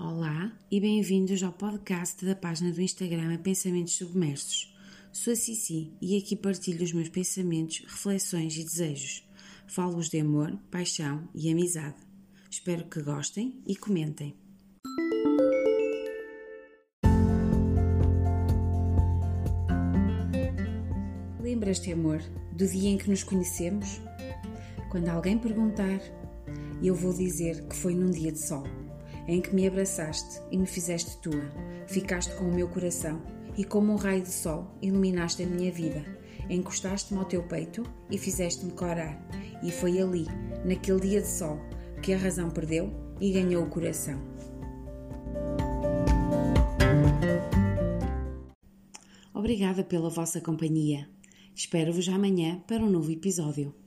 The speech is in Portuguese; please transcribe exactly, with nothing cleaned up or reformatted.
Olá e bem-vindos ao podcast da página do Instagram Pensamentos Submersos. Sou a Cici e aqui partilho os meus pensamentos, reflexões e desejos. Falo-vos de amor, paixão e amizade. Espero que gostem e comentem. Lembras-te, amor, do dia em que nos conhecemos? Quando alguém perguntar, eu vou dizer que foi num dia de sol, em que me abraçaste e me fizeste tua, ficaste com o meu coração e como um raio de sol iluminaste a minha vida, encostaste-me ao teu peito e fizeste-me corar, e foi ali, naquele dia de sol, que a razão perdeu e ganhou o coração. Obrigada pela vossa companhia. Espero-vos amanhã para um novo episódio.